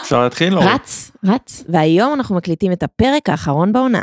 אפשר להתחיל? רץ. והיום אנחנו מקליטים את הפרק האחרון בעונה.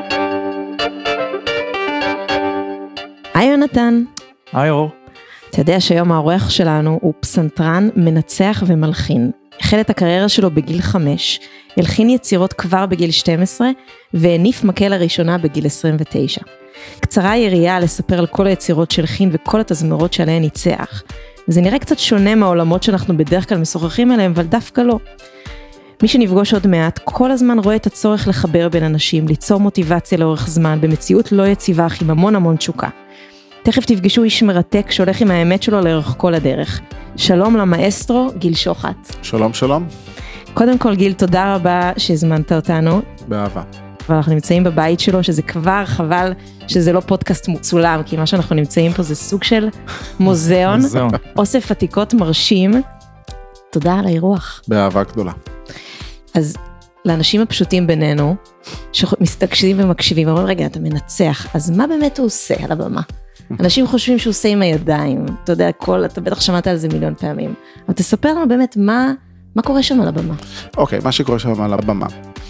היי יונתן. היי אור. אתה יודע שהיום האורח שלנו הוא פסנתרן, מנצח ומלחין. החל את הקריירה שלו בגיל 5, הלחין יצירות כבר בגיל 12, והניף מקל לראשונה בגיל 29. קצרה היריעה לספר על כל היצירות שהלחין וכל התזמורות שעליהן ניצח. וזה נראה קצת שונה מהעולמות שאנחנו בדרך כלל משוחחים עליהם, אבל דווקא לא. מי שנפגוש עוד מעט, כל הזמן רואה את הצורך לחבר בין אנשים, ליצור מוטיבציה לאורך זמן, במציאות לא יציבה, אך עם המון תשוקה. תכף תפגשו איש מרתק שהולך עם האמת שלו לאורך כל הדרך. שלום למאסטרו, גיל שוחט. שלום. קודם כל גיל, תודה רבה שהזמנת אותנו. באהבה. ואנחנו נמצאים בבית שלו, שזה כבר חבל שזה לא פודקאסט מצולם, כי מה שאנחנו נמצאים פה זה סוג של מוזיאון, אוסף עתיקות מרשים. תודה על האירוח. באהבה גדולה. אז לאנשים הפשוטים בינינו, שמסתקשים ומקשיבים, אומרים, רגע, אתה מנצח, אז מה באמת הוא עושה על הבמה? אנשים חושבים שהוא עושה עם הידיים, אתה יודע, אתה בטח שמעת על זה מיליון פעמים, אבל תספר לנו באמת מה קורה שם על הבמה. אוקיי, מה שקורה שם על הבמה.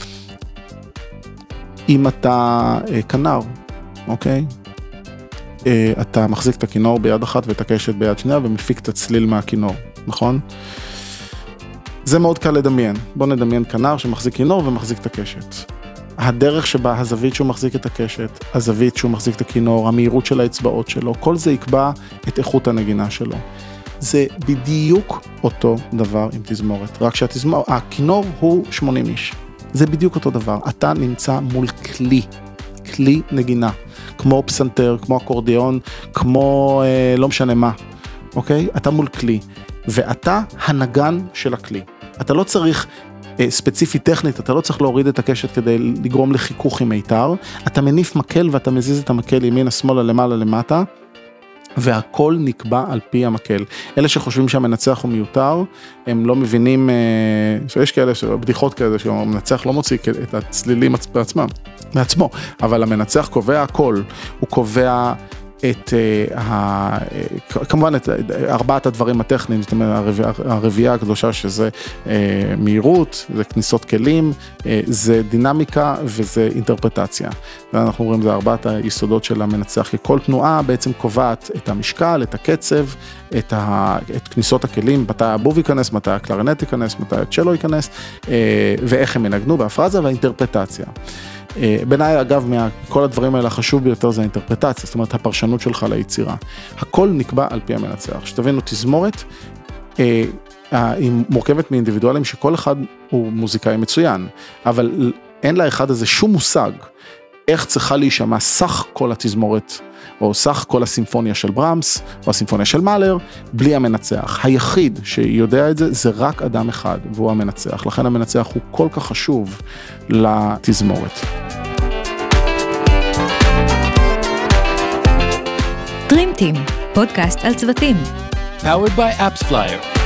אם אתה כנר, אוקיי? אתה מחזיק את הכינור ביד אחת ואת הקשת ביד שנייה, ומפיק את הצליל מהכינור, נכון? זה מאוד קל לדמיין. בוא נדמיין כנר שמחזיק כינור ומחזיק את הקשת. הדרך שבה הזווית שהוא מחזיק את הקשת, הזווית שהוא מחזיק את הכינור, המהירות של האצבעות שלו, כל זה יקבע את איכות הנגינה שלו. זה בדיוק אותו דבר עם תזמורת, רק הכינור הוא 80 איש. זה בדיוק אותו דבר. אתה נמצא מול כלי נגינה, כמו פסנתר, כמו אקורדיון, כמו לא משנה מה, אוקיי? אתה מול כלי, ואתה הנגן של הכלי. אתה לא צריך ספציפית טכנית, אתה לא צריך להוריד את הקשת כדי לגרום לחיכוך עם מיתר, אתה מניף מקל ואתה מזיז את המקל ימינה, שמאלה, למעלה, למטה, והכל נקבע על פי המקל. אלה שחושבים שהמנצח הוא מיותר, הם לא מבינים, שיש כאלה בדיחות כאלה, שהמנצח לא מוציא את הצלילים מעצמו, אבל המנצח קובע הכל, הוא קובע כמובן את ארבעת הדברים הטכניים, זאת אומרת הרביעייה הקדושה שזה מהירות, זה כניסות כלים, זה דינמיקה וזה אינטרפרטציה. ואנחנו אומרים זה ארבעת היסודות של המנצח, כי כל תנועה בעצם קובעת את המשקל, את הקצב, את כניסות הכלים, מתי הבוב ייכנס, מתי הקלרינט ייכנס, מתי הצ'לו ייכנס, ואיך הם ינגנו בהפרזה והאינטרפרטציה. בעיניי, אגב, כל הדברים האלה החשוב ביותר זה האינטרפרטציה, זאת אומרת, הפרשנות שלך ליצירה. הכל נקבע על פי המנצח. שתבינו, תזמורת היא מורכבת מאינדיבידואלים שכל אחד הוא מוזיקאי מצוין, אבל אין לאחד הזה שום מושג איך צריכה להישמע סך כל התזמורת, או סך כל הסימפוניה של ברמס, או הסימפוניה של מאלר, בלי המנצח. היחיד שיודע את זה, זה רק אדם אחד, והוא המנצח. לכן המנצח הוא כל כך חשוב לתזמורת. Dream Team, פודקאסט על צוותים. Powered by AppsFlyer.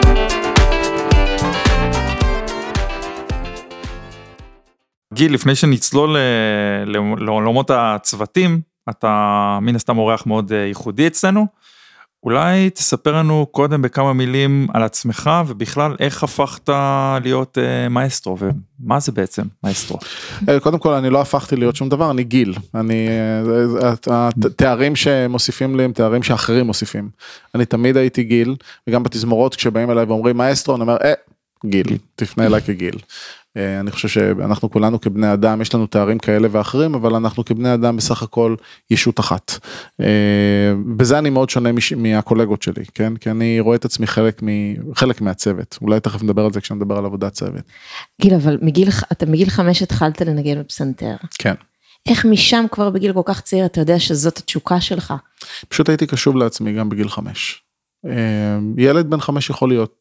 גיל, לפני שנצלול לעולמות הצוותים, אתה מן הסתם אורח מאוד ייחודי אצלנו, אולי תספר לנו קודם בכמה מילים על עצמך, ובכלל איך הפכת להיות מאסטרו, ומה זה בעצם מאסטרו? קודם כל, אני לא הפכתי להיות שום דבר, אני גיל. התארים שמוסיפים לי הם תארים שאחרים מוסיפים. אני תמיד הייתי גיל, וגם בתזמורות כשבאים אליי ואומרים מאסטרו, אני אומר, גיל, תפנה אליי כגיל. אני חושב שאנחנו כולנו כבני אדם, יש לנו תארים כאלה ואחרים, אבל אנחנו כבני אדם בסך הכל ישות אחת. בזה אני מאוד שונה מהקולגות שלי, כן? כי אני רואה את עצמי חלק מהצוות. אולי תכף נדבר על זה כשנדבר על עבודת צוות. גיל, אבל אתה מגיל 5 התחלת לנגן בפסנתר. כן. איך משם כבר בגיל כל כך צעיר, אתה יודע שזאת התשוקה שלך? פשוט הייתי קשוב לעצמי גם בגיל 5. ילד בן 5 יכול להיות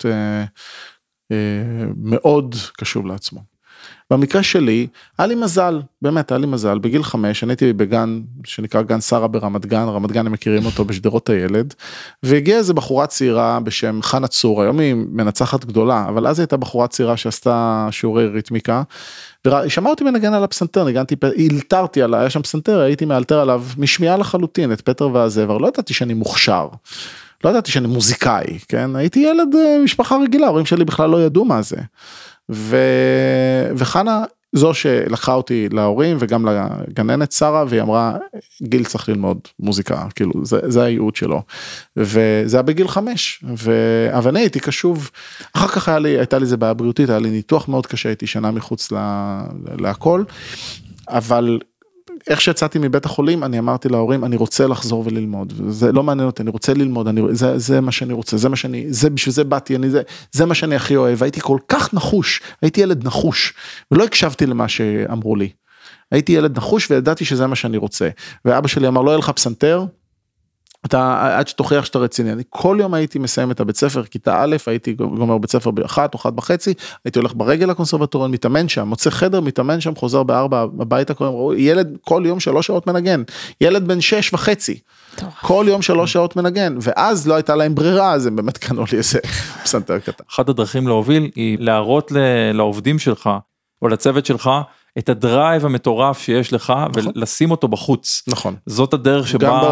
מאוד קשוב לעצמו. במקרה שלי, היה לי מזל, באמת היה לי מזל, בגיל 5, אני הייתי בגן, שנקרא גן שרה ברמת גן, רמת גן הם מכירים אותו בשדרות הילד, והגיעה איזו בחורה צעירה בשם חנה צור, היום היא מנצחת גדולה, אבל אז הייתה בחורה צעירה שעשתה שיעורי ריתמיקה, ושמע אותי מנגן על הפסנתר, הילתרתי עליי, היה שם פסנתר, הייתי מאלתר עליו משמיעה לחלוטין, את פטר והזבר, לא ידעתי שאני מוכשר, לא ידעתי שאני מוזיקאי, כן? הייתי ילד משפחה רגילה, ההורים שלי בכלל לא ידעו מה זה. וחנה, זו שלקחה אותי להורים וגם לגננת שרה, והיא אמרה, גיל צריך ללמוד מוזיקה, כאילו זה הייעוד שלו, וזה היה בגיל 5, אבל אני הייתי קשוב, אחר כך הייתה לי זה בעיה בריאותית, היה לי ניתוח מאוד קשה, הייתי שנה מחוץ להכל, אבל איך שיצאתי מבית החולים, אני אמרתי להורים, אני רוצה לחזור וללמוד, זה לא מעניין אותי, אני רוצה ללמוד, זה מה שאני רוצה, בשביל זה באתי, זה מה שאני הכי אוהב, הייתי כל כך נחוש, הייתי ילד נחוש, ולא הקשבתי למה שאמרו לי, הייתי ילד נחוש וידעתי שזה מה שאני רוצה, ואבא שלי אמר, לא יהיה לך פסנתר, עד שתוכיח שאתה רציני, אני כל יום הייתי מסיים את הבית ספר, כיתה א', הייתי גומר בית ספר ב1 או 1:30, הייתי הולך ברגל לקונסרבטוריון, מתאמן שם, מוצא חדר, מתאמן שם, חוזר ב4 הביתה, ילד כל יום 3 שעות מנגן, ילד בן 6.5, כל יום 3 שעות מנגן, ואז לא הייתה להם ברירה, אז הם באמת קנו לי איזה פסנתר קטן. אחת הדרכים להוביל היא להראות לעובדים שלך, או לצוות שלך, את הדרייב המטורף שיש לך, נכון. ולשים אותו בחוץ. נכון. זאת הדרך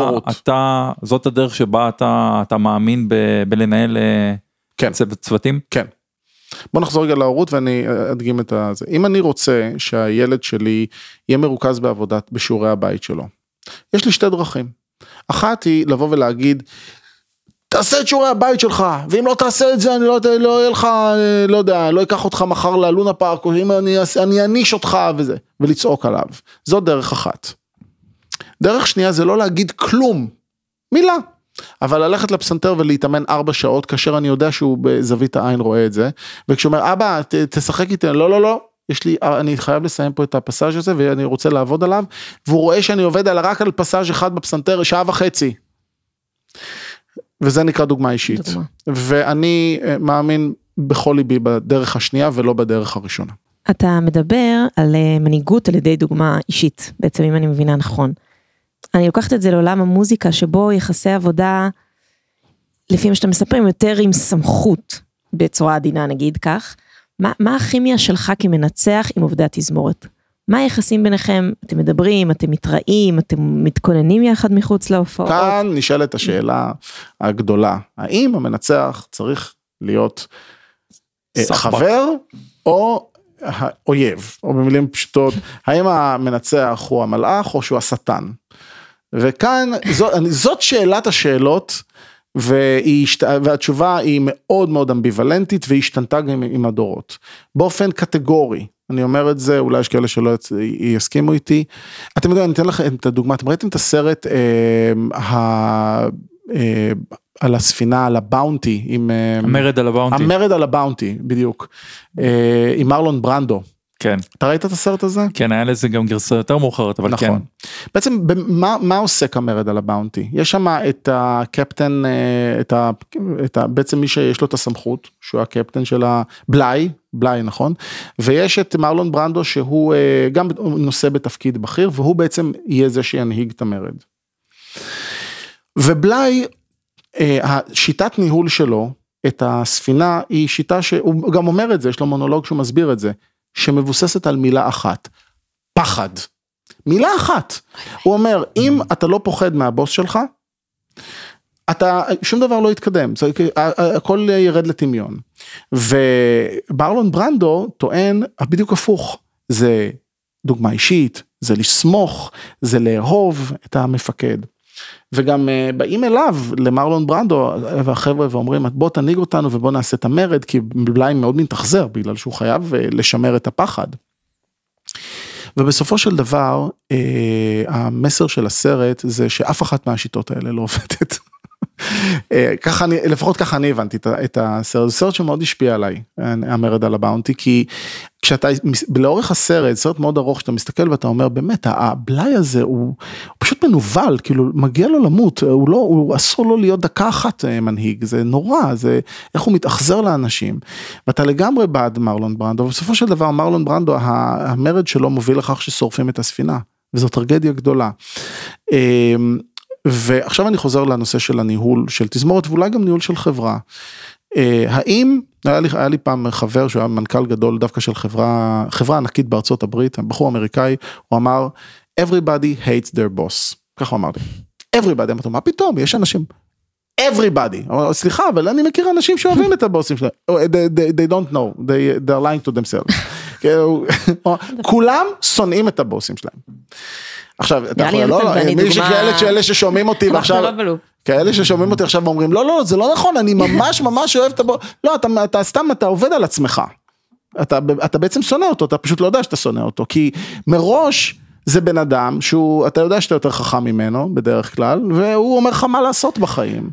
שבה אתה מאמין בלנהל כן. צוותים? כן. בוא נחזור רגע להורות ואני אדגים את זה. אם אני רוצה שהילד שלי יהיה מרוכז בעבודת, בשיעורי הבית שלו, יש לי 2 דרכים. אחת היא לבוא ולהגיד, תעשה את שיעורי הבית שלך, ואם לא תעשה את זה, אני לא יהיה לך, לא יודע, לא אקח אותך מחר ללונה פארק, או אם אני אניש אותך וזה, ולצעוק עליו. זו דרך אחת. דרך שנייה זה לא להגיד כלום, מילה, אבל ללכת לפסנתר ולהתאמן 4 שעות, כאשר אני יודע שהוא בזווית העין רואה את זה, וכשאומר, אבא, תשחק איתי, לא, אני חייב לסיים פה את הפסאז' הזה, ואני רוצה לעבוד עליו, והוא רואה שאני עובד רק על פסאז' אחד בפסנתר, 1.5 שעות. וזה נקרא דוגמה אישית, ואני מאמין בכל ליבי בדרך השנייה ולא בדרך הראשונה. אתה מדבר על מנהיגות על ידי דוגמה אישית, בעצם אם אני מבינה נכון. אני לוקחת את זה לעולם המוזיקה, שבו יחסי עבודה, לפי מה שאתה מספרים, יותר עם סמכות, בצורה עדינה נגיד כך, מה הכימיה שלך כמנצח עם עובדי התזמורת? מה היחסים ביניכם? אתם מדברים, אתם מתראים, אתם מתכוננים יחד מחוץ להופעות? כאן נשאלת השאלה הגדולה, האם המנצח צריך להיות חבר או אויב, או במילים פשוטות, האם המנצח הוא המלאך או שהוא השטן? וכאן, זאת שאלת השאלות, והתשובה היא מאוד מאוד אמביוולנטית, והשתנתה גם עם הדורות. באופן קטגורי, אני אומר את זה, אולי יש כאלה שלא יסכימו איתי. אתם יודעים, אני אתן לכם את הדוגמה, אתם ראיתם את הסרט על הספינה, על הבאונטי, המרד על הבאונטי. המרד על הבאונטי, בדיוק. עם מרלון ברנדו. כן. אתה ראית את הסרט הזה? כן, היה לזה גם גרסה יותר מאוחרת, אבל נכון. כן. בעצם, מה עוסק המרד על הבאונטי? יש שם את הקפטן, בעצם מי שיש לו את הסמכות, שהוא הקפטן של בלאי, נכון? ויש את מרלון ברנדו, שהוא גם נושא בתפקיד בכיר, והוא בעצם יהיה זה שינהיג את המרד. ובלאי, השיטת ניהול שלו, את הספינה, היא שיטה שהוא גם אומר את זה, יש לו מונולוג שהוא מסביר את זה, שמבוססת על מילה אחת, פחד. מילה אחת. הוא אומר, אם אתה לא פוחד מהבוס שלך, שום דבר לא יתקדם, הכל ירד לטמיון. וברלון ברנדו טוען, בדיוק הפוך, זה דוגמה אישית, זה לסמוך, זה לאהוב את המפקד. וגם באים אליו, למרלון ברנדו, והחבר'ה ואומרים, בוא תנהיג אותנו ובוא נעשה את המרד, כי בלאי מאוד מתאכזר, בגלל שהוא חייב לשמר את הפחד. ובסופו של דבר, המסר של הסרט, זה שאף אחת מהשיטות האלה לא עובדת. לפחות ככה אני הבנתי את הסרט, זה סרט שמאוד השפיע עליי, המרד על הבאונטי, כי כשאתה, לאורך הסרט, סרט מאוד ארוך, שאתה מסתכל ואתה אומר, באמת, הבלאי הזה הוא פשוט מנובל, כאילו, מגיע לו למות, הוא אסור לו להיות דקה אחת מנהיג, זה נורא, זה איך הוא מתאכזר לאנשים, ואתה לגמרי בעד מרלון ברנדו, ובסופו של דבר, מרלון ברנדו, המרד שלו מוביל לכך ששורפים את הספינה, וזו טרגדיה גדולה. ועכשיו אני חוזר לנושא של הניהול של תזמורת, ואולי גם ניהול של חברה. האם, היה לי פעם חבר, שהוא היה מנכ"ל גדול דווקא של חברה ענקית בארצות הברית, בחור אמריקאי, הוא אמר, everybody hates their boss. כך הוא אמר לי. everybody, אמרתי, מה פתאום? יש אנשים, everybody, סליחה, אבל אני מכיר אנשים שאוהבים את הבוסים שלהם, they don't know, they're lying to themselves, כולם שונאים את הבוסים שלהם. עכשיו, אתה יכול, כאלה ששומעים אותי ועכשיו, כאלה ששומעים אותי עכשיו ואומרים, לא, זה לא נכון, אני ממש אוהב את הבוס, לא, אתה סתם, אתה עובד על עצמך, אתה בעצם שונא אותו, אתה פשוט לא יודע שאתה שונא אותו, כי מראש זה בן אדם שהוא, אתה יודע שאתה יותר חכם ממנו בדרך כלל, והוא אומר לך מה לעשות בחיים.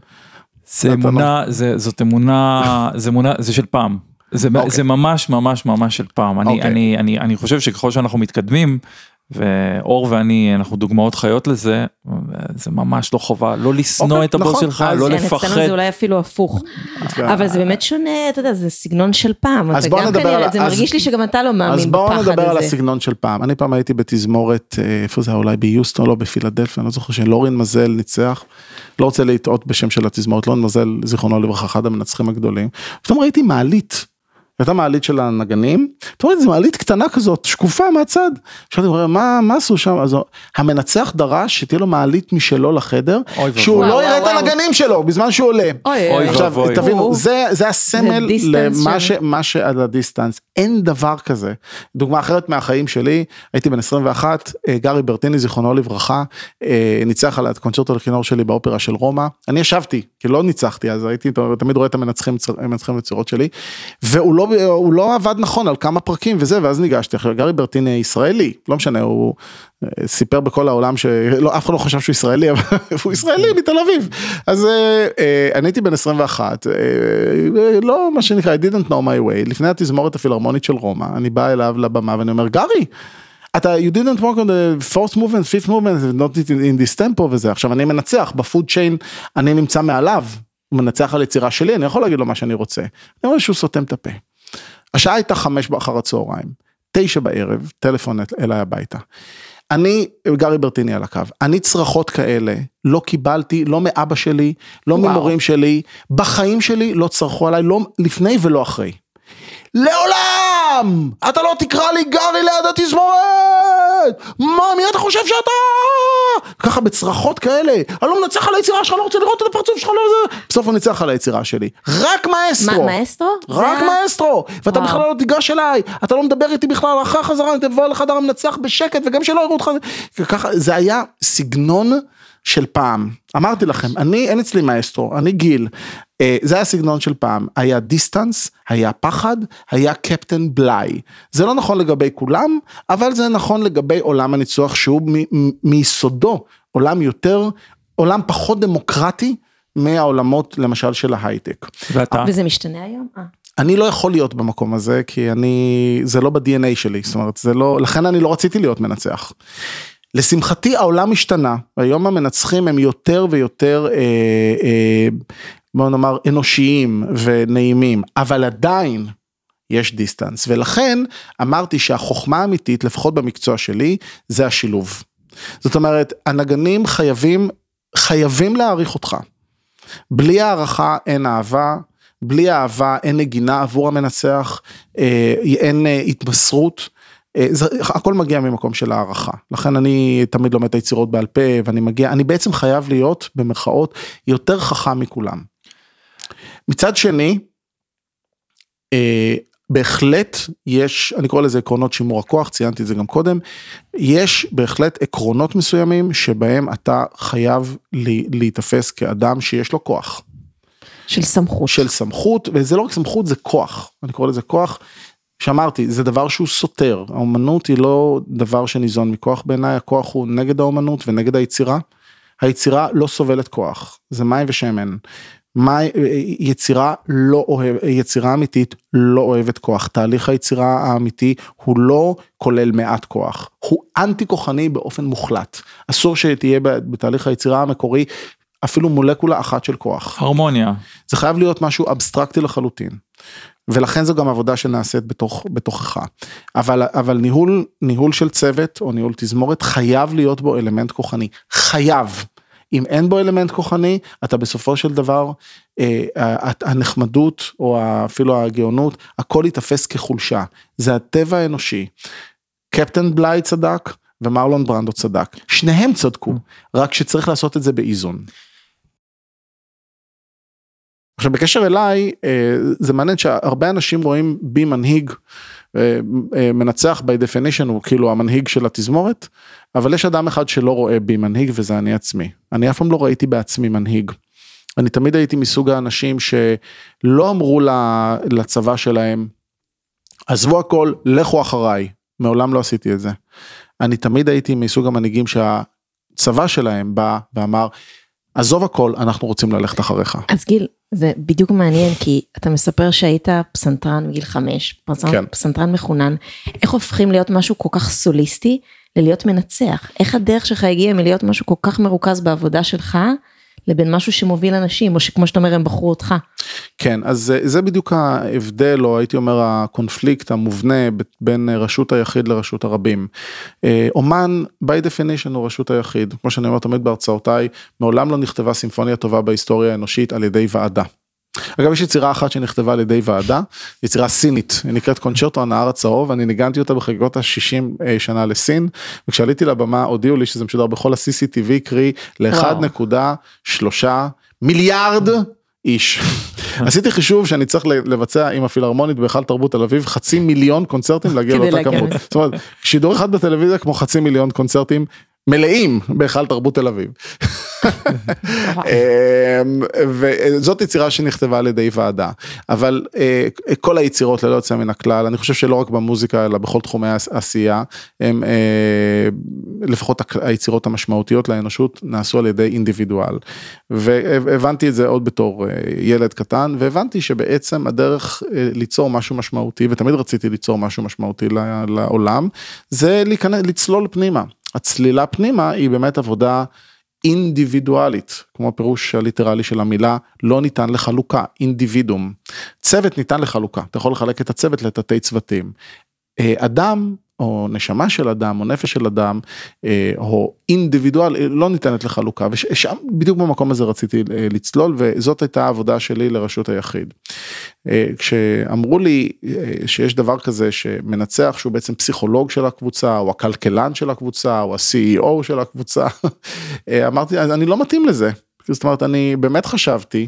זאת אמונה, זה של פעם. זה ממש של פעם. אני חושב שככל שאנחנו מתקדמים, ואור ואני, אנחנו דוגמאות חיות לזה, זה ממש לא חובה, לא לשנוא את הבוס שלך, לא לפחד. אצלנו זה אולי אפילו הפוך, אבל זה באמת שונה, אתה יודע, זה סגנון של פעם, אז בוא נדבר על... זה מרגיש לי שגם אתה לא מאמין בפחד הזה. אז בוא נדבר על הסגנון של פעם, אני פעם הייתי בתזמורת, איפה זה היה, אולי ביוסטון, לא בפילדלפיה, אני לא זוכר שלורין מזל ניצח, לא רוצה להטעות בשם של התזמורת, לורין מזל, זיכרונו לברכה, אחד המנצחים הגדולים, פתאום ראיתי מעלית, הייתה מעלית של הנגנים, אתה רואה, זו מעלית קטנה כזאת, שקופה מהצד, שאתה רואה, מה עשו שם? אז המנצח דרש שתהיה לו מעלית משלו לחדר, שהוא לא יראה את הנגנים שלו, בזמן שהוא עולה. עכשיו, תבינו, זה הסמל למה שעל הדיסטנס, אין דבר כזה. דוגמה אחרת מהחיים שלי, הייתי בן 21, גארי ברטיני, זיכרונו לברכה, ניצח על הקונצ'רטו לכינור שלי באופרה של רומא, אני ישבתי, כי לא ניצחתי, אז הייתי, תמיד רואה את המנצחים וצירות שלי, הוא לא עבד נכון על כמה פרקים וזה, ואז ניגשתי, גארי ברטיני ישראלי, לא משנה, הוא סיפר בכל העולם אף אחד לא חשב שהוא ישראלי, אבל הוא ישראלי מתל אביב, אז אני הייתי בן 21, לא מה שנקרא, I didn't know my way, לפני התזמורת הפילהרמונית של רומא, אני בא אליו לבמה ואני אומר, גארי, you didn't work on the fourth movement, fifth movement, not in this tempo וזה, עכשיו אני מנצח, בפוד צ'יין אני נמצא מעליו, הוא מנצח על יצירה שלי, אני יכול להגיד לו מה שאני רוצה, אני רואה שהוא סותם את הפה, השעה הייתה 5 אחר הצהריים, 9 בערב, טלפון אליי הביתה, אני, גארי ברטיני על הקו, אני צרחות כאלה, לא קיבלתי, לא מאבא שלי, לא ממורים שלי, בחיים שלי לא צרכו עליי, לא לפני ולא אחרי, לעולם, אתה לא תקרא לי גארי ליד התזמורת, מי אתה חושב שאתה? ככה בצרחות כאלה, אני לא מנצח על היצירה שלך, לא רוצה לראות את הפרצוף שלך, בסוף הוא ניצח על היצירה שלי, רק מאסטרו, רק מאסטרו, ואתה בכלל לא תיגש אליי, אתה לא מדבר איתי בכלל, אחרי החזרה, אני תבוא לחדר המנצח בשקט, וגם שלא יראו אותך, ככה, זה היה סגנון של פעם, אמרתי לכם, אין אצלי מאסטרו, אני גיל, זה היה סגנון של פעם, היה דיסטנס, היה פחד, היה קפטן בליי, זה לא נכון לגבי כולם, אבל זה נכון לגבי עולם הניצוח, שהוא מיסודו, עולם פחות דמוקרטי, מהעולמות למשל של ההייטק. וזה משתנה היום? אני לא יכול להיות במקום הזה, כי זה לא ב-DNA שלי, זאת אומרת, לכן אני לא רציתי להיות מנצח. לשמחתי העולם השתנה, היום המנצחים הם יותר ויותר, בוא נאמר, אנושיים ונעימים, אבל עדיין יש דיסטנס, ולכן אמרתי שהחוכמה האמיתית, לפחות במקצוע שלי, זה השילוב. זאת אומרת, הנגנים חייבים להעריך אותך. בלי הערכה אין אהבה, בלי אהבה אין נגינה עבור המנצח, אין התמסרות, הכל מגיע ממקום של הערכה, לכן אני תמיד לומד את היצירות בעל פה, אני בעצם חייב להיות במרכאות יותר חכם מכולם. מצד שני, בהחלט יש, אני קורא לזה עקרונות שימור הכוח, ציינתי את זה גם קודם, יש בהחלט עקרונות מסוימים, שבהם אתה חייב להתאפס כאדם שיש לו כוח. של סמכות, וזה לא רק סמכות, זה כוח, אני קורא לזה כוח, שאמרתי, זה דבר שהוא סותר, האומנות היא לא דבר שניזון מכוח בעיניי, הכוח הוא נגד האומנות ונגד היצירה, היצירה לא סובלת כוח, זה מים ושמן, יצירה אמיתית לא אוהבת כוח, תהליך היצירה האמיתי הוא לא כולל מעט כוח, הוא אנטי כוחני באופן מוחלט, אסור שתהיה בתהליך היצירה המקורי, אפילו מולקולה אחת של כוח. הרמוניה. זה חייב להיות משהו אבסטרקטי לחלוטין. ולכן זו גם עבודה שנעשית בתוכך. אבל ניהול של צוות או ניהול תזמורת חייב להיות בו אלמנט כוחני. חייב. אם אין בו אלמנט כוחני, אתה בסופו של דבר, הנחמדות או אפילו הגאונות, הכל יתפס כחולשה. זה הטבע האנושי. קפטן בליי צדק ומרלון ברנדו צדק. שניהם צדקו, רק שצריך לעשות את זה באיזון. עכשיו בקשר אליי, זה מעניין שהרבה אנשים רואים בי מנהיג, מנצח by definition הוא כאילו המנהיג של התזמורת, אבל יש אדם אחד שלא רואה בי מנהיג וזה אני עצמי. אני אף פעם לא ראיתי בעצמי מנהיג. אני תמיד הייתי מסוג האנשים שלא אמרו לצבא שלהם, עזבו הכל, לכו אחריי. מעולם לא עשיתי את זה. אני תמיד הייתי מסוג המנהיגים שהצבא שלהם בא ואמר, עזוב הכל, אנחנו רוצים ללכת אחריך. אז גיל, זה בדיוק מעניין, כי אתה מספר שהיית פסנתרן מגיל 5, כן. פסנתרן מחונן, איך הופכים להיות משהו כל כך סוליסטי, ללהיות מנצח? איך הדרך שלך הגיעה מלהיות משהו כל כך מרוכז בעבודה שלך, לבין משהו שמוביל אנשים, או שכמו שאתה אומר, הם בחרו אותך? כן, אז זה בדיוק ההבדל, או הייתי אומר הקונפליקט המובנה, בין רשות היחיד לרשות הרבים. אומן, by definition, הוא רשות היחיד. כמו שאני אומר תמיד בהרצאותיי, מעולם לא נכתבה סימפוניה טובה בהיסטוריה האנושית על ידי ועדה. אגב, יש יצירה אחת שנכתבה על ידי ועדה, יצירה סינית, היא נקראת קונצ'רטו הנהר הצהוב, אני ניגנתי אותה בחגיגות ה-60 שנה לסין, וכשעליתי לבמה הודיעו לי שזה משודר בכל ה-CCTV, קרי ל-1.3 מיליארד איש. עשיתי חישוב שאני צריך לבצע עם הפילהרמונית בהיכל תרבות תל אביב, 500,000 קונצרטים להגיע לאותה כמות. זאת אומרת, שידור אחד בטלוויזיה כמו 500,000 קונצרטים, מלאים בהיכל תרבות תל אביב. וזאת יצירה שנכתבה על ידי ועדה, אבל כל היצירות ללא יוצא מן הכלל, אני חושב שלא רק במוזיקה, אלא בכל תחומי העשייה, הם לפחות היצירות המשמעותיות לאנושות, נעשו על ידי אינדיבידואל, והבנתי את זה עוד בתור ילד קטן, והבנתי שבעצם הדרך ליצור משהו משמעותי, ותמיד רציתי ליצור משהו משמעותי לעולם, זה לצלול פנימה. הצלילה פנימה היא באמת עבודה אינדיבידואלית, כמו הפירוש הליטרלי של המילה, לא ניתן לחלוקה, אינדיבידום. צוות ניתן לחלוקה, אתה יכול לחלק את הצוות לתתי צוותים. אדם, או נשמה של אדם, או נפש של אדם, או אינדיבידואל, לא ניתנת לחלוקה, ושם בדיוק במקום הזה רציתי לצלול, וזאת הייתה העבודה שלי לרשות היחיד. כשאמרו לי שיש דבר כזה שמנצח, שהוא בעצם פסיכולוג של הקבוצה, או הכלכלן של הקבוצה, או ה-CEO של הקבוצה, אמרתי, אני לא מתאים לזה. זאת אומרת, אני באמת חשבתי,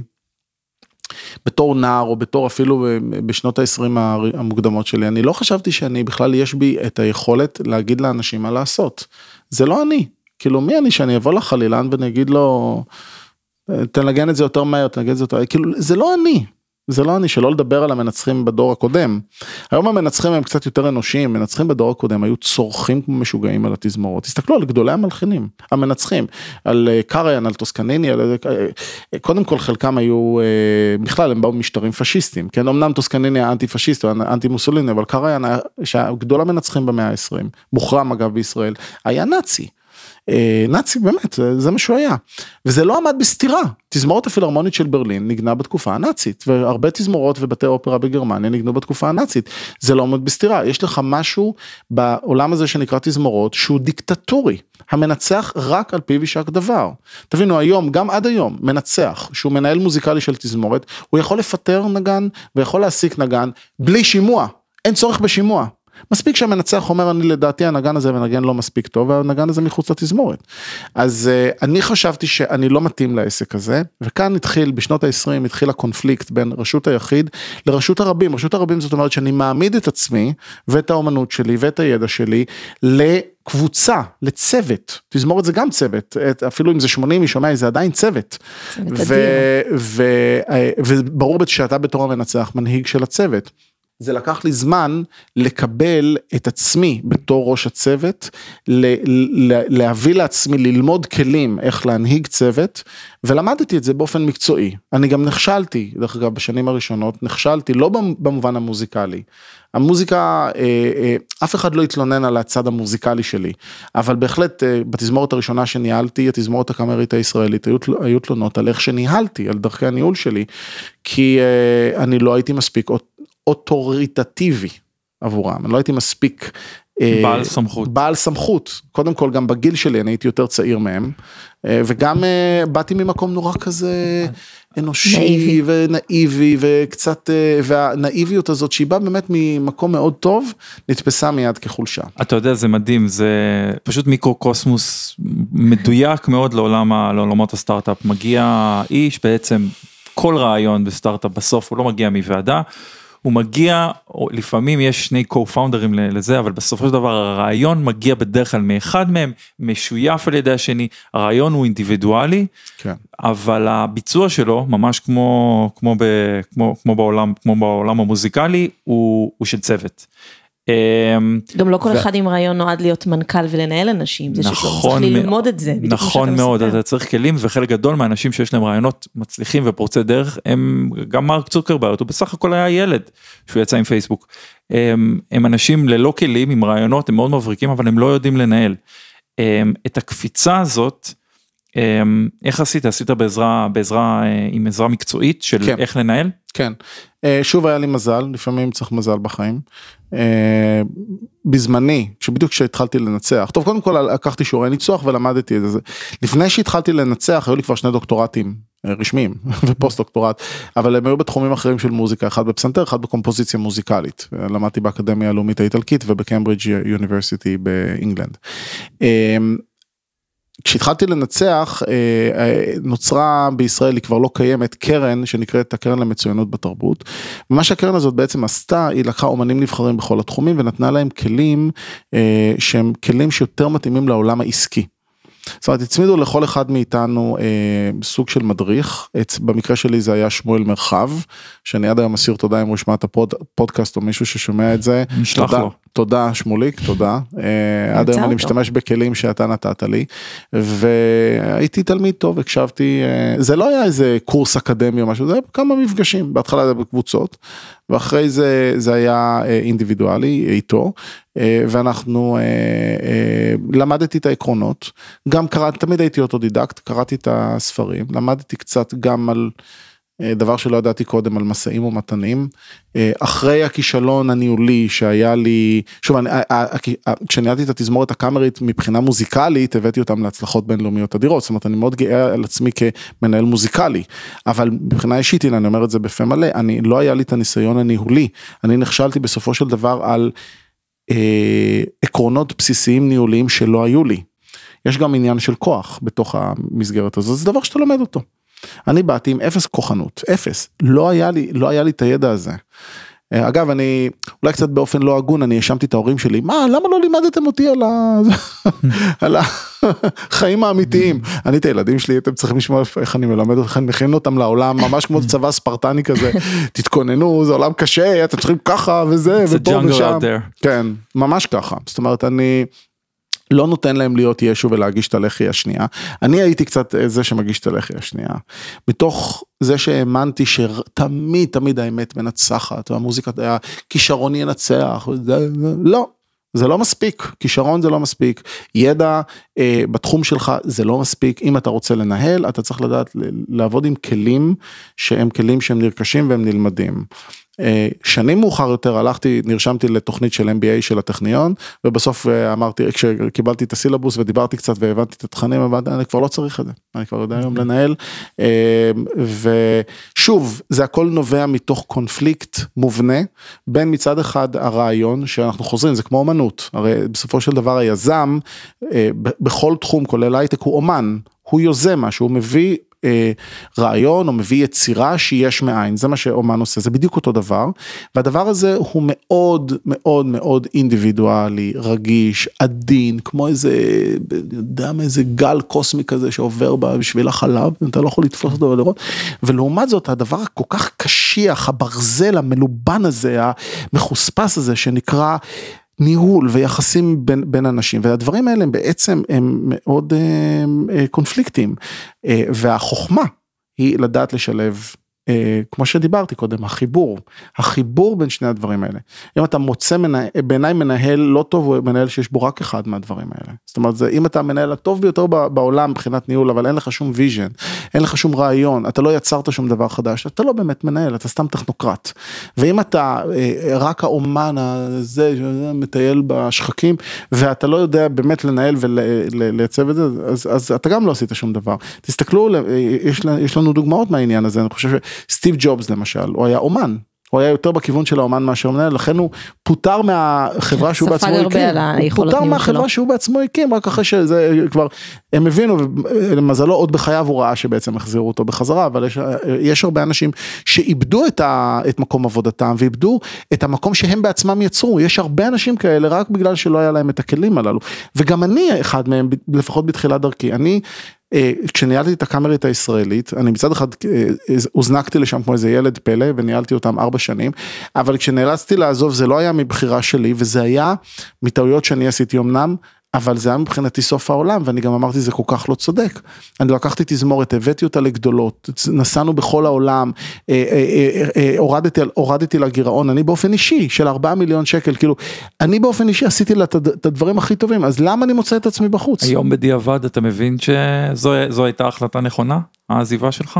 בתור נער, או בתור אפילו בשנות ה-20 המוקדמות שלי, אני לא חשבתי שאני בכלל יש בי את היכולת להגיד לאנשים מה לעשות. זה לא אני. כאילו, מי אני שאני אבוא לחלילן ונגיד לו, תנגן את זה יותר מהר, תנגן את זה יותר, כאילו, זה לא אני. זה לא אני, שלא לדבר על המנצחים בדור הקודם. היום המנצחים הם קצת יותר אנושיים, מנצחים בדור הקודם היו צורכים כמו משוגעים על התזמורות. תסתכלו על גדולי המלחינים, המנצחים, על קריין, על טוסקניני, קודם כל חלקם היו, בכלל הם באו משטרים פשיסטיים, כן, אמנם טוסקניני היה אנטי פשיסט או אנטי מוסוליני, אבל קריין, שהגדול המנצחים במאה ה-20, מוחרם אגב בישראל, היה נאצי. נאצי באמת, זה מה שהוא היה, וזה לא עמד בסתירה. תזמורת הפילהרמונית של ברלין נגנה בתקופה הנאצית, והרבה תזמורות ובתי אופרה בגרמניה נגנו בתקופה הנאצית, זה לא עמד בסתירה. יש לך משהו בעולם הזה שנקרא תזמורות שהוא דיקטטורי, המנצח רק על פיו יישק דבר. תבינו, היום, גם עד היום, מנצח שהוא מנהל מוזיקלי של תזמורת, הוא יכול לפטר נגן ויכול להעסיק נגן בלי שימוע, אין צורך בשימוע. מספיק שהמנצח אומר, אני לדעתי הנגן הזה מנגן לא מספיק טוב, והנגן הזה מחוץ לתזמורת. אז אני חשבתי שאני לא מתאים לעסק הזה, וכאן התחיל, בשנות ה-20, התחיל הקונפליקט בין רשות היחיד לרשות הרבים. רשות הרבים זאת אומרת שאני מעמיד את עצמי, ואת האומנות שלי, ואת הידע שלי, לקבוצה, לצוות. תזמורת זה גם צוות, אפילו אם זה 80 איש, זה עדיין צוות. וברור שאתה בתור המנצח, מנהיג של הצוות. זה לקח לי זמן לקבל את עצמי בתור ראש הצוות, להביא לעצמי, ללמוד כלים איך להנהיג צוות, ולמדתי את זה באופן מקצועי. אני גם נכשלתי, דרך אגב, בשנים הראשונות, נכשלתי, לא במובן המוזיקלי. המוזיקה, אף אחד לא התלונן על הצד המוזיקלי שלי, אבל בהחלט בתזמורת הראשונה שניהלתי, התזמורת הקאמרית הישראלית, היו תלונות על איך שניהלתי, על דרכי הניהול שלי, כי אני לא הייתי מספיק אוטוריטטיבי עבורם, אני לא הייתי מספיק בעל סמכות, קודם כל גם בגיל שלי אני הייתי יותר צעיר מהם, וגם באתי ממקום נורא כזה אנושי ונאיבי, וקצת, והנאיביות הזאת שהיא באה באמת ממקום מאוד טוב, נתפסה מיד כחולשה. אתה יודע, זה מדהים, זה פשוט מיקרו-קוסמוס מדויק מאוד לעולמות הסטארט-אפ, מגיע איש בעצם, כל רעיון בסטארט-אפ בסוף הוא לא מגיע מוועדה, הוא מגיע, לפעמים יש שני co-founders לזה, אבל בסופו של דבר הרעיון מגיע בדרך כלל מאחד מהם, משויף על ידי השני, הרעיון הוא אינדיבידואלי, כן. אבל הביצוע שלו, ממש כמו בעולם המוזיקלי, הוא של צוות. גם לא כל אחד עם רעיון נועד להיות מנכ"ל ולנהל אנשים, זה שצריך ללמוד את זה. נכון מאוד, אתה צריך כלים, וחלק גדול מהאנשים שיש להם רעיונות מצליחים ופורצי דרך, הם גם מרק צוקרברג, הוא בסך הכל היה ילד, שהוא יצא עם פייסבוק, הם אנשים ללא כלים, עם רעיונות, הם מאוד מבריקים, אבל הם לא יודעים לנהל. את הקפיצה הזאת, איך עשית? עשית עם עזרה מקצועית של איך לנהל? כן, שוב היה לי מזל, לפעמים צריך מזל בחיים, בזמני, בדיוק כשהתחלתי לנצח, טוב קודם כל לקחתי שיעורי ניצוח ולמדתי את זה, לפני שהתחלתי לנצח היו לי כבר 2 דוקטורטים רשמיים ופוסט דוקטורט, אבל הם היו בתחומים אחרים של מוזיקה, אחד בפסנתר, אחד בקומפוזיציה מוזיקלית, למדתי באקדמיה הלאומית האיטלקית ובקמברידג' יוניברסיטי באנגלנד. כשהתחלתי לנצח, נוצרה בישראל, היא כבר לא קיימת, קרן שנקראת הקרן למצוינות בתרבות, ומה שהקרן הזאת בעצם עשתה, היא לקחה אומנים נבחרים בכל התחומים, ונתנה להם כלים, שהם כלים שיותר מתאימים לעולם העסקי. זאת אומרת, הצמידו לכל אחד מאיתנו סוג של מדריך, במקרה שלי זה היה שמואל מרחב, שאני עד היום מסיר תודה אם הוא ישמע את הפודקאסט או מישהו ששומע את זה. נשלח לו. תודה שמוליק, תודה. עד היום אני משתמש בכלים שאתה נתת לי, והייתי תלמיד טוב, הקשבתי, זה לא היה איזה קורס אקדמי או משהו, זה היה כמה מפגשים, בהתחלה זה בקבוצות, ואחרי זה היה אינדיבידואלי איתו, ואנחנו למדתי את העקרונות, גם קראתי, תמיד הייתי אוטודידקט, קראתי את הספרים, למדתי קצת גם על דבר שלא ידעתי קודם, על מסעים ומתנים, אחרי הכישלון הניהולי שהיה לי, שוב, כשניהלתי את התזמורת הקאמרית מבחינה מוזיקלית, הבאתי אותם להצלחות בינלאומיות אדירות, זאת אומרת, אני מאוד גאה על עצמי כמנהל מוזיקלי, אבל מבחינה אישית, אני אומר את זה בפה מלא, לא היה לי את הניסיון הניהולי, אני נכשלתי בסופו של דבר על עקרונות בסיסיים ניהוליים שלא היו לי, יש גם עניין של כוח בתוך המסגרת הזאת, זה דבר שאתה לומד אותו. אני באתי עם 0 כוחנות, 0, לא היה לי את הידע הזה. אגב, אני, אולי קצת באופן לא הגון, אני האשמתי את ההורים שלי, למה לא לימדתם אותי על החיים האמיתיים? אני את הילדים שלי, אתם צריכים לשמוע איך אני מלמד אתכם, מכין אותם לעולם, ממש כמו צבא ספרטני כזה, תתכוננו, זה עולם קשה, אתם צריכים ככה וזה, ופה ושם. כן, ממש ככה, זאת אומרת, אני לא נותן להם להיות ישו ולהגיש את הלחי השנייה, אני הייתי קצת זה שמגיש את הלחי השנייה, מתוך זה שהאמנתי שתמיד האמת מנצחת, והמוזיקה, הכישרון ינצח, לא, זה לא מספיק, כישרון זה לא מספיק, ידע בתחום שלך זה לא מספיק, אם אתה רוצה לנהל, אתה צריך לדעת לעבוד עם כלים, שהם כלים שהם נרכשים והם נלמדים, שנים מאוחר יותר נרשמתי לתוכנית של MBA של הטכניון, ובסוף אמרתי, כשקיבלתי את הסילבוס ודיברתי קצת והבנתי את התכנים, אני כבר לא צריך את זה, אני כבר יודע היום לנהל, ושוב, זה הכל נובע מתוך קונפליקט מובנה, בין מצד אחד הרעיון, שאנחנו חוזרים, זה כמו אומנות, הרי בסופו של דבר היזם, בכל תחום, כולל הייטק, הוא אומן, הוא יוזם משהו, הוא מביא רעיון או מביא יצירה שיש מאין, זה מה שאומן עושה, זה בדיוק אותו דבר, והדבר הזה הוא מאוד מאוד מאוד אינדיבידואלי, רגיש, עדין, כמו איזה גל קוסמי כזה שעובר בשביל החלב, אתה לא יכול לתפוס אותו ולראות, ולעומת זאת הדבר כל כך קשיח, הברזל המלובן הזה, המחוספס הזה שנקרא ניהול ויחסים בין אנשים, והדברים האלה הם בעצם הם מאוד קונפליקטים, והחוכמה היא לדעת לשלב, כמו שדיברתי קודם, החיבור בין שני הדברים האלה. אם אתה מוצא בעיניי מנהל לא טוב, הוא מנהל שיש בו רק אחד מהדברים האלה. זאת אומרת, אם אתה מנהל הטוב ביותר בעולם מבחינת ניהול, אבל אין לך שום ויז'ן, אין לך שום רעיון, אתה לא יצרת שום דבר חדש, אתה לא באמת מנהל, אתה סתם טכנוקרט. ואם אתה רק האומן הזה, מטייל בשחקים, ואתה לא יודע באמת לנהל ולייצב את זה, אז אתה גם לא עשית שום דבר. תסתכלו, יש לנו דוגמאות מהעניין הזה, אני חושב סטיב ג'ובס למשל, הוא היה אומן, הוא היה יותר בכיוון של האומן מאשר מנהל, לכן הוא פוטר מהחברה שהוא בעצמו הקים, הוא פוטר מהחברה שהוא בעצמו הקים, רק אחרי שזה כבר, הם הבינו, למזלו עוד בחייו הוא ראה שבעצם החזירו אותו בחזרה, אבל יש הרבה אנשים שאיבדו את מקום עבודתם, ואיבדו את המקום שהם בעצמם יצרו, יש הרבה אנשים כאלה, רק בגלל שלא היה להם את הכלים הללו, וגם אני אחד מהם, לפחות בתחילת דרכי, אני, כשניהלתי את הקאמרית הישראלית, אני מצד אחד הוזנקתי לשם כמו איזה ילד פלא, וניהלתי אותם 4 שנים, אבל כשנאלצתי לעזוב, זה לא היה מבחירה שלי, וזה היה מטעויות שאני עשיתי אמנם, אבל זה היה מבחינתי סוף העולם, ואני גם אמרתי, זה כל כך לא צודק. אני לקחתי תזמורת, הבאתי אותה לגדולות, נסענו בכל העולם, הורדתי לגירעון, אני באופן אישי, של 4 מיליון שקל, כאילו, אני באופן אישי עשיתי לה את הדברים הכי טובים, אז למה אני מוצא את עצמי בחוץ? היום בדיעבד, אתה מבין שזו הייתה החלטה נכונה, העזיבה שלך?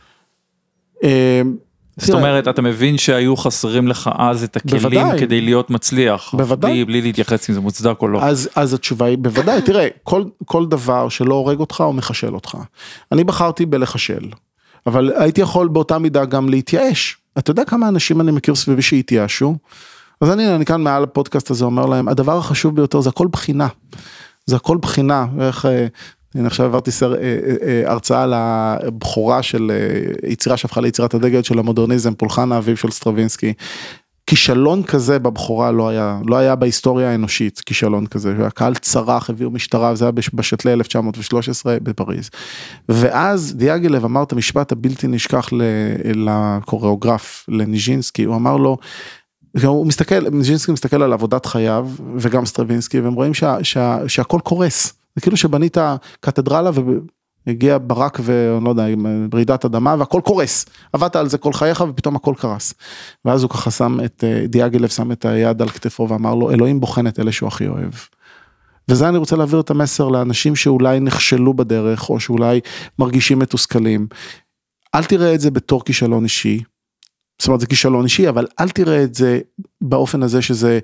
זאת אומרת, אתה מבין שהיו חסרים לך אז את הכלים כדי להיות מצליח, בלי להתייחס אם זה מוצדק או לא. אז התשובה היא, בוודאי, תראה, כל דבר שלא הורג אותך או מחשל אותך. אני בחרתי בלחשל, אבל הייתי יכול באותה מידה גם להתייאש. אתה יודע כמה אנשים אני מכיר סביבי שהתייאשו? אז אני כאן מעל הפודקאסט הזה אומר להם, הדבר החשוב ביותר זה הכל בחינה. זה הכל בחינה, איך... אני עכשיו עברתי הרצאה על הבחורה של יצירה שהפכה ליצירת הדגל של המודרניזם, פולחן האביב של סטרווינסקי. כישלון כזה בבחורה לא היה בהיסטוריה האנושית, כישלון כזה, והקהל צרח, הביאו משטרה, וזה היה בשתלי 1913 בפריז. ואז דיאגילב אמר את המשפט הבלתי נשכח לקוריאוגרף, לניז'ינסקי, הוא אמר לו, ניז'ינסקי מסתכל על עבודת חייו, וגם סטרווינסקי, והם רואים שהכל קורס. זה כאילו שבנית קתדרלה והגיע ברק ואני לא יודע, ברעידת אדמה והכל קורס. עבדת על זה כל חייך ופתאום הכל קרס. ואז הוא ככה דיאגילב שם את היד על כתפו ואמר לו, אלוהים בוחן את אלה שהוא הכי אוהב. וזה אני רוצה להעביר את המסר לאנשים שאולי נכשלו בדרך או שאולי מרגישים מתוסכלים. אל תראה את זה בתור כישלון אישי. זאת אומרת זה כישלון אישי, אבל אל תראה את זה באופן הזה שזה...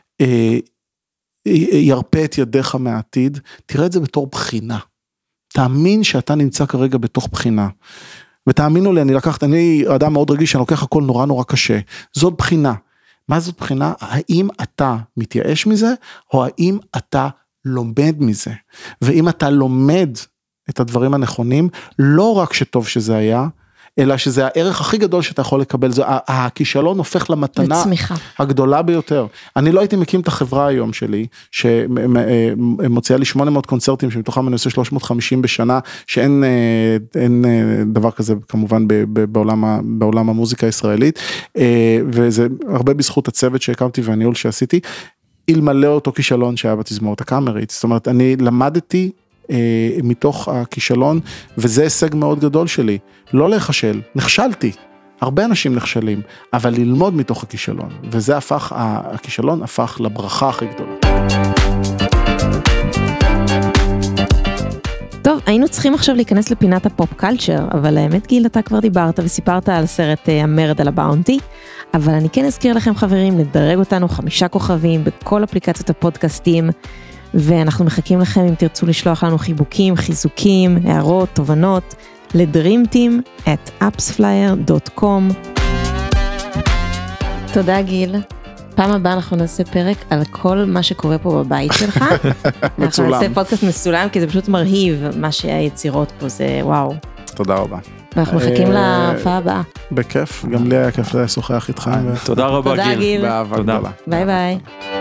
ירפה את ידיך מהעתיד, תראה את זה בתור בחינה, תאמין שאתה נמצא כרגע בתוך בחינה, ותאמינו לי, אני אדם מאוד רגיש, אני לוקח הכל נורא נורא קשה, זאת בחינה, מה זאת בחינה? האם אתה מתייאש מזה, או האם אתה לומד מזה, ואם אתה לומד את הדברים הנכונים, לא רק שטוב שזה היה, אלא שזה הערך הכי גדול שאתה יכול לקבל, הכישלון הופך למתנה הגדולה ביותר. אני לא הייתי מקים את החברה היום שלי, שמוציאה לי 800 קונצרטים, שמתוכם אני עושה 350 בשנה, שאין דבר כזה כמובן בעולם המוזיקה הישראלית, וזה הרבה בזכות הצוות שהקמתי והניהול שעשיתי, אלמלא אותו כישלון שהיה בתזמורת הקאמרית. זאת אומרת, אני למדתי, מתוך הכישלון, וזה הישג מאוד גדול שלי, לא להיכשל, נכשלתי, הרבה אנשים נכשלים, אבל ללמוד מתוך הכישלון, וזה הכישלון הפך לברכה הכי גדולה. טוב, היינו צריכים עכשיו להיכנס לפינת הפופ קלצ'ר, אבל האמת גיל, אתה כבר דיברת וסיפרת על סרט המרד על הבאונטי, אבל אני כן אזכיר לכם חברים, לדרג אותנו 5 כוכבים בכל אפליקציות הפודקאסטים, ואנחנו מחכים לכם אם תרצו לשלוח לנו חיבוקים, חיזוקים, הערות, תובנות, ל-dreamteam@appsflyer.com. תודה גיל. פעם הבאה אנחנו נעשה פרק על כל מה שקורה פה בבית שלך. אנחנו נעשה פודקאסט מסולם, כי זה פשוט מרהיב מה שהיצירות פה, זה וואו. תודה רבה. ואנחנו מחכים להופעה הבאה. בכיף, גם לי היה כיף לשוחח איתך. תודה רבה גיל. ביי באהבה גדולה. ביי.